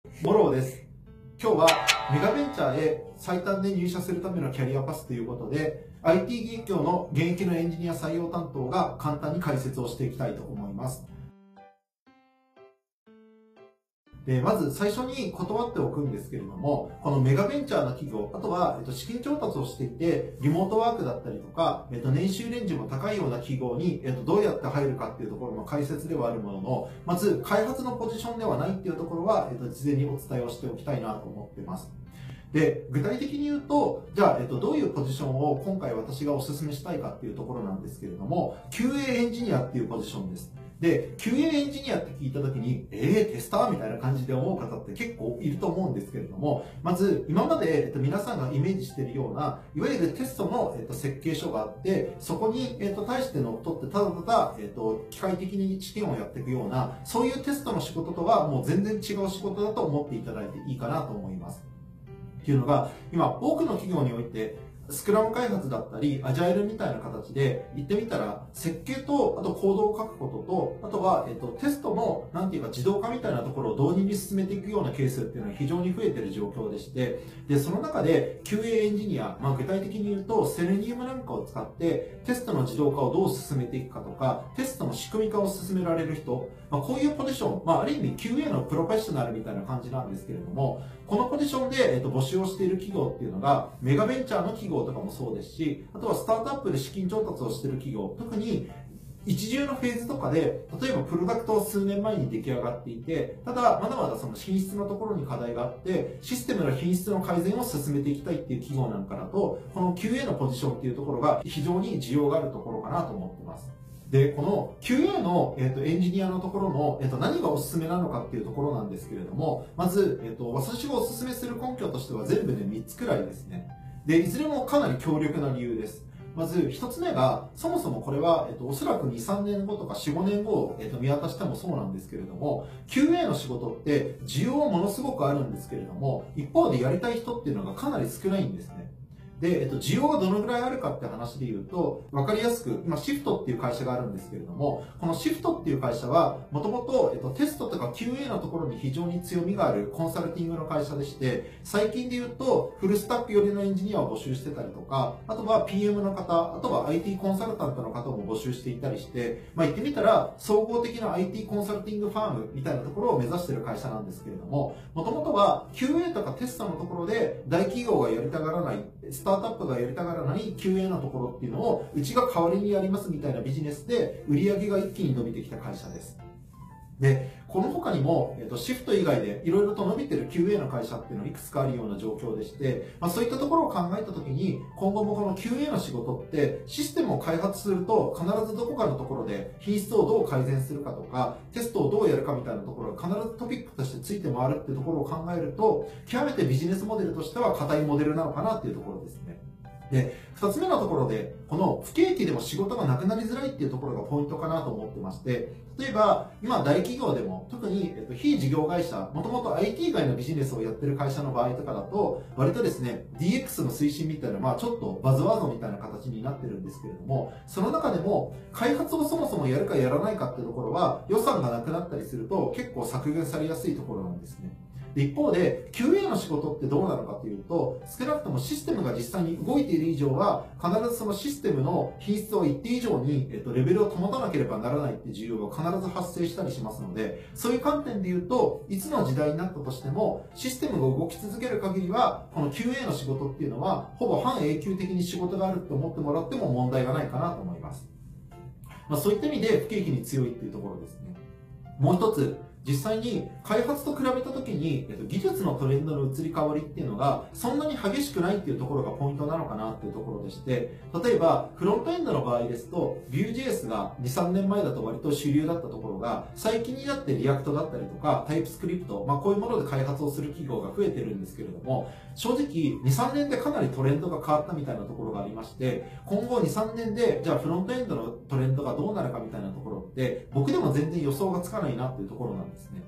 モローです。今日はメガベンチャーへ最短で入社するためのキャリアパスということで、IT 業の現役のエンジニア採用担当が簡単に解説をしていきたいと思います。でまず最初に断っておくんですけれども、このメガベンチャーの企業、あとは資金調達をしていて、リモートワークだったりとか、年収レンジも高いような企業にどうやって入るかっていうところの解説ではあるものの、まず開発のポジションではないっていうところは、事前にお伝えをしておきたいなと思っています。で、具体的に言うと、じゃあ、どういうポジションを今回私がお勧めしたいかっていうところなんですけれども、QA エンジニアっていうポジションです。で、QA エンジニアって聞いたときに、テスターみたいな感じで思う方って結構いると思うんですけれども、まず、今まで、皆さんがイメージしているような、いわゆるテストの、設計書があって、そこに、対してのっとって、ただただ、機械的に試験をやっていくような、そういうテストの仕事とはもう全然違う仕事だと思っていただいていいかなと思います。っていうのが、今、多くの企業において、スクラム開発だったり、アジャイルみたいな形で、言ってみたら、設計と、あとコードを書くことと、あとは、テストの、なんていうか、自動化みたいなところを導入に進めていくようなケースっていうのは非常に増えている状況でして、で、その中で、QA エンジニア、具体的に言うと、セレニウムなんかを使って、テストの自動化をどう進めていくかとか、テストの仕組み化を進められる人、こういうポジション、ある意味 QA のプロフェッショナルみたいな感じなんですけれども、このポジションで、募集をしている企業っていうのが、メガベンチャーの企業とかもそうですし、あとはスタートアップで資金調達をしている企業、特に一重のフェーズとかで、例えばプロダクトを数年前に出来上がっていて、ただ、まだまだその品質のところに課題があって、システムの品質の改善を進めていきたいっていう企業なんかだと、この QA のポジションっていうところが非常に需要があるところかなと思っています。で、この QA の、エンジニアのところの、何がおすすめなのかっていうところなんですけれども、まず、私がおすすめする根拠としては全部で3つくらいですね。で、いずれもかなり強力な理由です。まず1つ目が、そもそもこれは、おそらく2、3年後とか4、5年後を、見渡してもそうなんですけれども、QA の仕事って需要はものすごくあるんですけれども、一方でやりたい人っていうのがかなり少ないんですね。で、需要がどのぐらいあるかって話で言うと、わかりやすく、今シフトっていう会社があるんですけれども、このシフトっていう会社は、もともと、テストとか QA のところに非常に強みがあるコンサルティングの会社でして、最近で言うと、フルスタック寄りのエンジニアを募集してたりとか、あとは PM の方、あとは IT コンサルタントの方も募集していたりして、言ってみたら、総合的な IT コンサルティングファームみたいなところを目指している会社なんですけれども、もともとは QA とかテストのところで大企業がやりたがらない、スタートアップがやりたがらない QA のところっていうのをうちが代わりにやりますみたいなビジネスで売り上げが一気に伸びてきた会社です。で、この他にも、シフト以外でいろいろと伸びてる QA の会社っていうのはいくつかあるような状況でして、そういったところを考えたときに、今後もこの QA の仕事ってシステムを開発すると必ずどこかのところで品質をどう改善するかとか、テストをどうやるかみたいなところが必ずトピックとしてついて回るっていうところを考えると、極めてビジネスモデルとしては硬いモデルなのかなっていうところですね。で、二つ目のところで、この不景気でも仕事がなくなりづらいっていうところがポイントかなと思ってまして、例えば、今大企業でも、特に非事業会社、もともと IT 以外のビジネスをやってる会社の場合とかだと、割とですね、DX の推進みたいな、ちょっとバズワードみたいな形になってるんですけれども、その中でも、開発をそもそもやるかやらないかっていうところは、予算がなくなったりすると、結構削減されやすいところなんですね。で一方で QA の仕事ってどうなのかというと、少なくともシステムが実際に動いている以上は必ずそのシステムの品質を一定以上に、レベルを保たなければならないっていう需要が必ず発生したりしますので、そういう観点で言うといつの時代になったとしてもシステムが動き続ける限りはこの QA の仕事っていうのはほぼ半永久的に仕事があると思ってもらっても問題がないかなと思います。そういった意味で不景気に強いっていうところですね。もう一つ、実際に開発と比べたときに、技術のトレンドの移り変わりっていうのがそんなに激しくないっていうところがポイントなのかなっていうところでして、例えばフロントエンドの場合ですと Vue.js が2、3年前だと割と主流だったところが最近になってリアクトだったりとか TypeScript、こういうもので開発をする企業が増えてるんですけれども、正直2、3年でかなりトレンドが変わったみたいなところがありまして、今後2、3年でじゃあフロントエンドのトレンドがどうなるかみたいなところって僕でも全然予想がつかないなっていうところなんですね。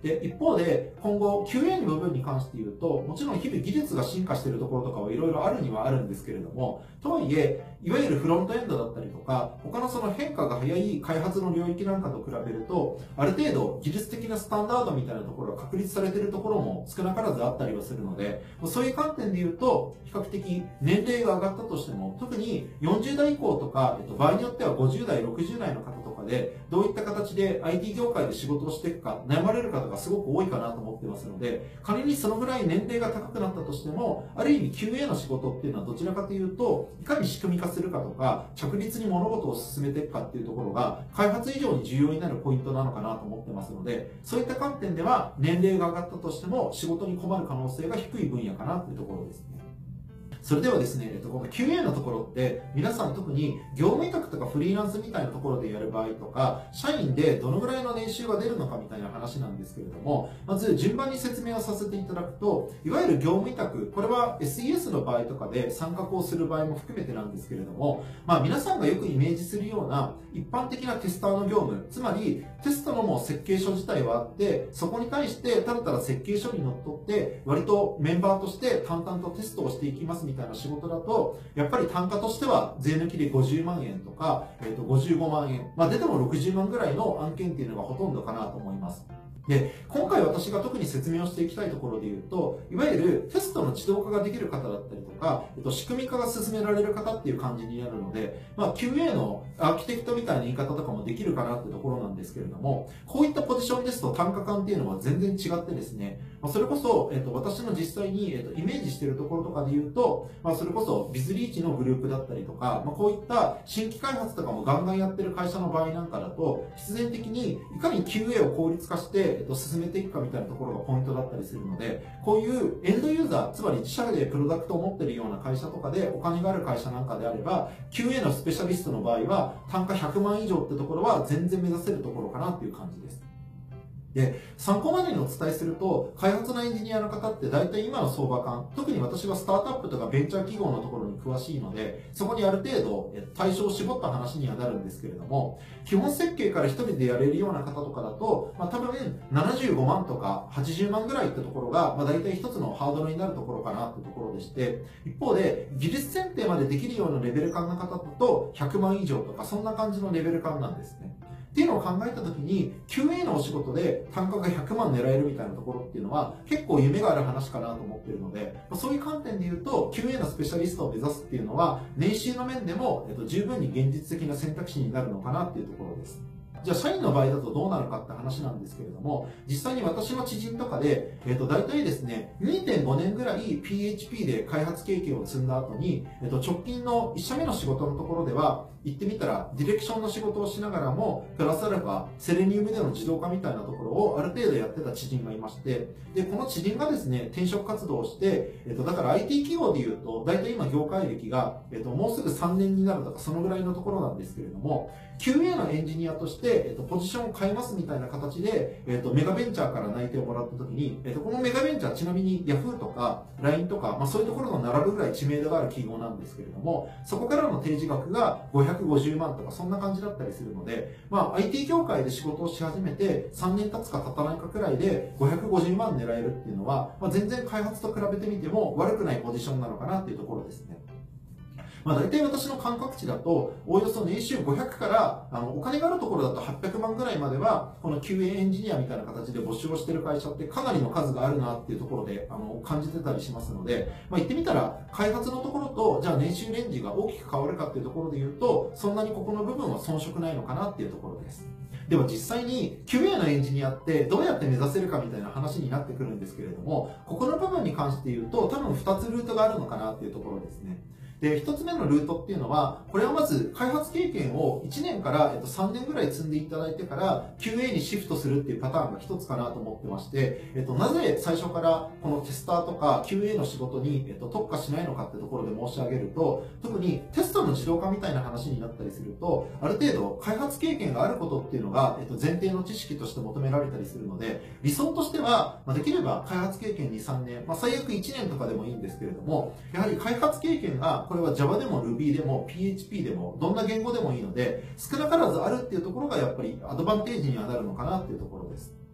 で、一方で、今後 QA の部分に関して言うと、もちろん日々技術が進化しているところとかはいろいろあるにはあるんですけれども、とはいえ、いわゆるフロントエンドだったりとか、他のその変化が早い開発の領域なんかと比べると、ある程度技術的なスタンダードみたいなところが確立されているところも少なからずあったりはするので、そういう観点で言うと、比較的年齢が上がったとしても、特に40代以降とか、場合によっては50代、60代の方とかで、どういった形で IT 業界で仕事をしていくか、悩まれる方がすごく多いかなと思ってますので、仮にそのぐらい年齢が高くなったとしても、ある意味 QA の仕事っていうのはどちらかというと、いかに仕組み化するかとか、着実に物事を進めていくかっていうところが、開発以上に重要になるポイントなのかなと思ってますので、そういった観点では、年齢が上がったとしても、仕事に困る可能性が低い分野かなっていうところですね。それではですね、この QA のところって、皆さん特に業務委託とかフリーランスみたいなところでやる場合とか、社員でどのぐらいの年収が出るのかみたいな話なんですけれども、まず順番に説明をさせていただくと、いわゆる業務委託、これは SES の場合とかで参画をする場合も含めてなんですけれども、皆さんがよくイメージするような一般的なテスターの業務、つまりテストのもう設計書自体はあって、そこに対してただただ設計書にのっとって、割とメンバーとして淡々とテストをしていきますみたいな仕事だと、やっぱり単価としては税抜きで50万円とか、55万円、出ても60万ぐらいの案件っていうのがほとんどかなと思います。で、今回私が特に説明をしていきたいところで言うと、いわゆるテストの自動化ができる方だったりとか、仕組み化が進められる方っていう感じになるので、QA のアーキテクトみたいな言い方とかもできるかなってところなんですけれども、こういったポジションですと単価感っていうのは全然違ってですね、それこそ、私の実際に、イメージしているところとかで言うと、それこそビズリーチのグループだったりとか、こういった新規開発とかもガンガンやってる会社の場合なんかだと、必然的にいかに QA を効率化して、進めていくかみたいなところがポイントだったりするので、こういうエンドユーザー、つまり自社でプロダクトを持っているような会社とかでお金がある会社なんかであれば、QA のスペシャリストの場合は、単価100万以上ってところは全然目指せるところかなっていう感じです。で、参考までにお伝えすると、開発のエンジニアの方って大体今の相場感、特に私はスタートアップとかベンチャー企業のところに詳しいので、そこにある程度対象を絞った話にはなるんですけれども、基本設計から一人でやれるような方とかだと、多分75万とか80万ぐらいってところが、大体一つのハードルになるところかなってところでして、一方で技術選定までできるようなレベル感の方だと100万以上とかそんな感じのレベル感なんですね。っていうのを考えたときに、QA のお仕事で単価が100万狙えるみたいなところっていうのは、結構夢がある話かなと思っているので、そういう観点で言うと、QA のスペシャリストを目指すっていうのは、年収の面でも、十分に現実的な選択肢になるのかなっていうところです。じゃあ、社員の場合だとどうなるかって話なんですけれども、実際に私の知人とかで、大体ですね、2.5 年ぐらい PHP で開発経験を積んだ後に、直近の1社目の仕事のところでは、行ってみたら、ディレクションの仕事をしながらも、プラスアルファ、セレニウムでの自動化みたいなところをある程度やってた知人がいまして、で、この知人がですね、転職活動をして、だから IT 企業で言うと、大体今業界歴が、もうすぐ3年になるとか、そのぐらいのところなんですけれども、QA のエンジニアとして、ポジションを変えますみたいな形で、メガベンチャーから内定をもらった時に、このメガベンチャー、ちなみに Yahoo とか LINE とか、そういうところの並ぶぐらい知名度がある企業なんですけれども、そこからの提示額が550万とかそんな感じだったりするので、IT 業界で仕事をし始めて3年経つか経たないかくらいで550万狙えるっていうのは、全然開発と比べてみても悪くないポジションなのかなっていうところですね。大体私の感覚値だと、おおよそ年収500から、お金があるところだと800万ぐらいまでは、この QA エンジニアみたいな形で募集をしている会社ってかなりの数があるなっていうところで、感じてたりしますので、言ってみたら、開発のところと、じゃあ年収レンジが大きく変わるかっていうところで言うと、そんなにここの部分は遜色ないのかなっていうところです。でも実際に QA のエンジニアってどうやって目指せるかみたいな話になってくるんですけれども、ここの部分に関して言うと、多分2つルートがあるのかなっていうところですね。で、一つ目のルートっていうのは、これはまず開発経験を1年から3年ぐらい積んでいただいてから QA にシフトするっていうパターンが一つかなと思ってまして、なぜ最初からこのテスターとか QA の仕事に特化しないのかってところで申し上げると、特にテストの自動化みたいな話になったりすると、ある程度開発経験があることっていうのが前提の知識として求められたりするので、理想としてはできれば開発経験2、3年、最悪1年とかでもいいんですけれども、やはり開発経験がこれは Java でも Ruby でも PHP でもどんな言語でもいいので、少なからずあるっていうところがやっぱりアドバンテージにはなるのかなっていうところです。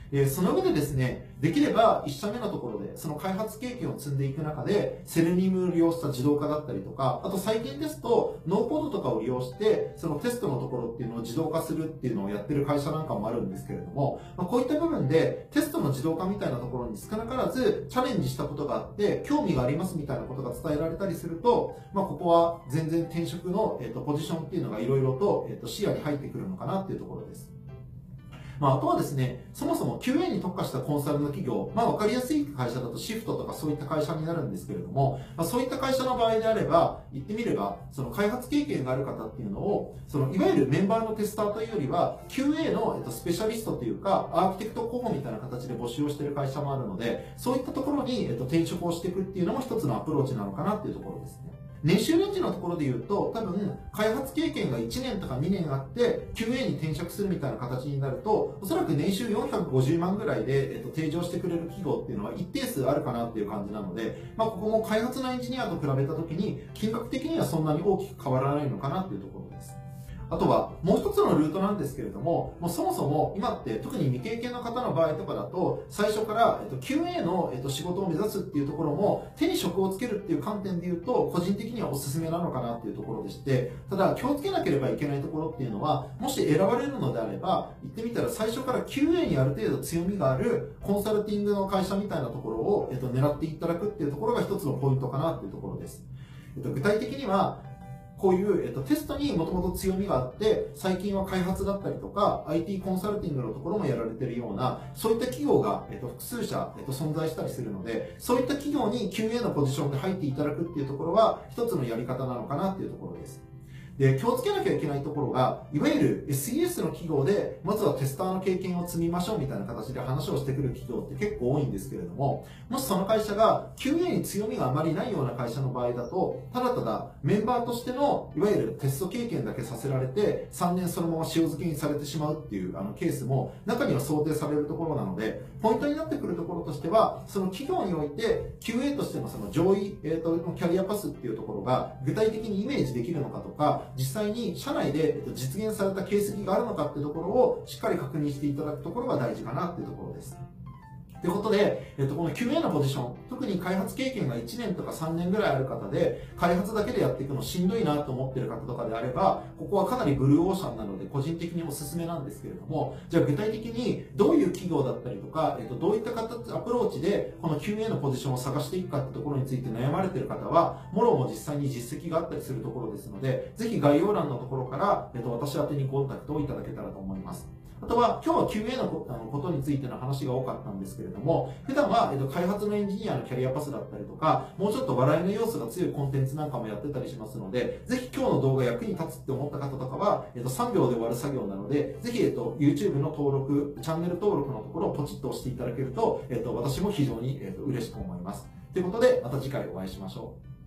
その上でですね、できれば1社目のところで、その開発経験を積んでいく中で、セレニウムを利用した自動化だったりとか、あと最近ですと、ノーコードとかを利用して、そのテストのところっていうのを自動化するっていうのをやってる会社なんかもあるんですけれども、こういった部分で、テストの自動化みたいなところに少なからずチャレンジしたことがあって、興味がありますみたいなことが伝えられたりすると、ここは全然転職の、ポジションっていうのがいろいろと、視野に入ってくるのかなっていうところです。あとはですね、そもそも QA に特化したコンサルの企業、わかりやすい会社だとシフトとかそういった会社になるんですけれども、そういった会社の場合であれば、言ってみれば、その開発経験がある方っていうのを、いわゆるメンバーのテスターというよりは、QA の、スペシャリストというか、アーキテクト候補みたいな形で募集をしている会社もあるので、そういったところに、転職をしていくっていうのも一つのアプローチなのかなっていうところですね。年収レンジのところで言うと、多分、開発経験が1年とか2年あって、QA に転職するみたいな形になると、おそらく年収450万ぐらいで、提示をしてくれる企業っていうのは一定数あるかなっていう感じなので、ここも開発のエンジニアと比べたときに、金額的にはそんなに大きく変わらないのかなっていうところです。あとは、もう一つのルートなんですけれども、そもそも今って特に未経験の方の場合とかだと、最初から、QA の、仕事を目指すっていうところも、手に職をつけるっていう観点で言うと、個人的にはおすすめなのかなっていうところでして、ただ気をつけなければいけないところっていうのは、もし選ばれるのであれば、言ってみたら最初から QA にある程度強みがあるコンサルティングの会社みたいなところを、狙っていただくっていうところが一つのポイントかなっていうところです。具体的には、こういう、テストにもともと強みがあって、最近は開発だったりとか、IT コンサルティングのところもやられているような、そういった企業が、複数社、存在したりするので、そういった企業に QA のポジションで入っていただくっていうところは、一つのやり方なのかなっていうところです。で、気をつけなきゃいけないところが、いわゆる SES の企業で、まずはテスターの経験を積みましょうみたいな形で話をしてくる企業って結構多いんですけれども、もしその会社が QA に強みがあまりないような会社の場合だと、ただただメンバーとしての、いわゆるテスト経験だけさせられて、3年そのまま塩漬けにされてしまうっていうケースも中には想定されるところなので、ポイントになってくるところとしては、その企業において QA としてのその上位、キャリアパスっていうところが具体的にイメージできるのかとか、実際に社内で実現された形跡があるのかっていうところをしっかり確認していただくところが大事かなっていうところです。ということで、この QA のポジション、特に開発経験が1年とか3年ぐらいある方で、開発だけでやっていくのしんどいなと思ってる方とかであれば、ここはかなりブルーオーシャンなので、個人的におすすめなんですけれども、じゃあ具体的にどういう企業だったりとか、どういった形、アプローチで、この QA のポジションを探していくかってところについて悩まれている方は、もろも実際に実績があったりするところですので、ぜひ概要欄のところから、私宛てにコンタクトをいただけたらと思います。あとは、今日は QA のことについての話が多かったんですけれども、普段は開発のエンジニアのキャリアパスだったりとか、もうちょっと笑いの要素が強いコンテンツなんかもやってたりしますので、ぜひ今日の動画役に立つって思った方とかは、3秒で終わる作業なので、ぜひ、YouTube の登録、チャンネル登録のところをポチッと押していただけると、私も非常に嬉しく思います。ということで、また次回お会いしましょう。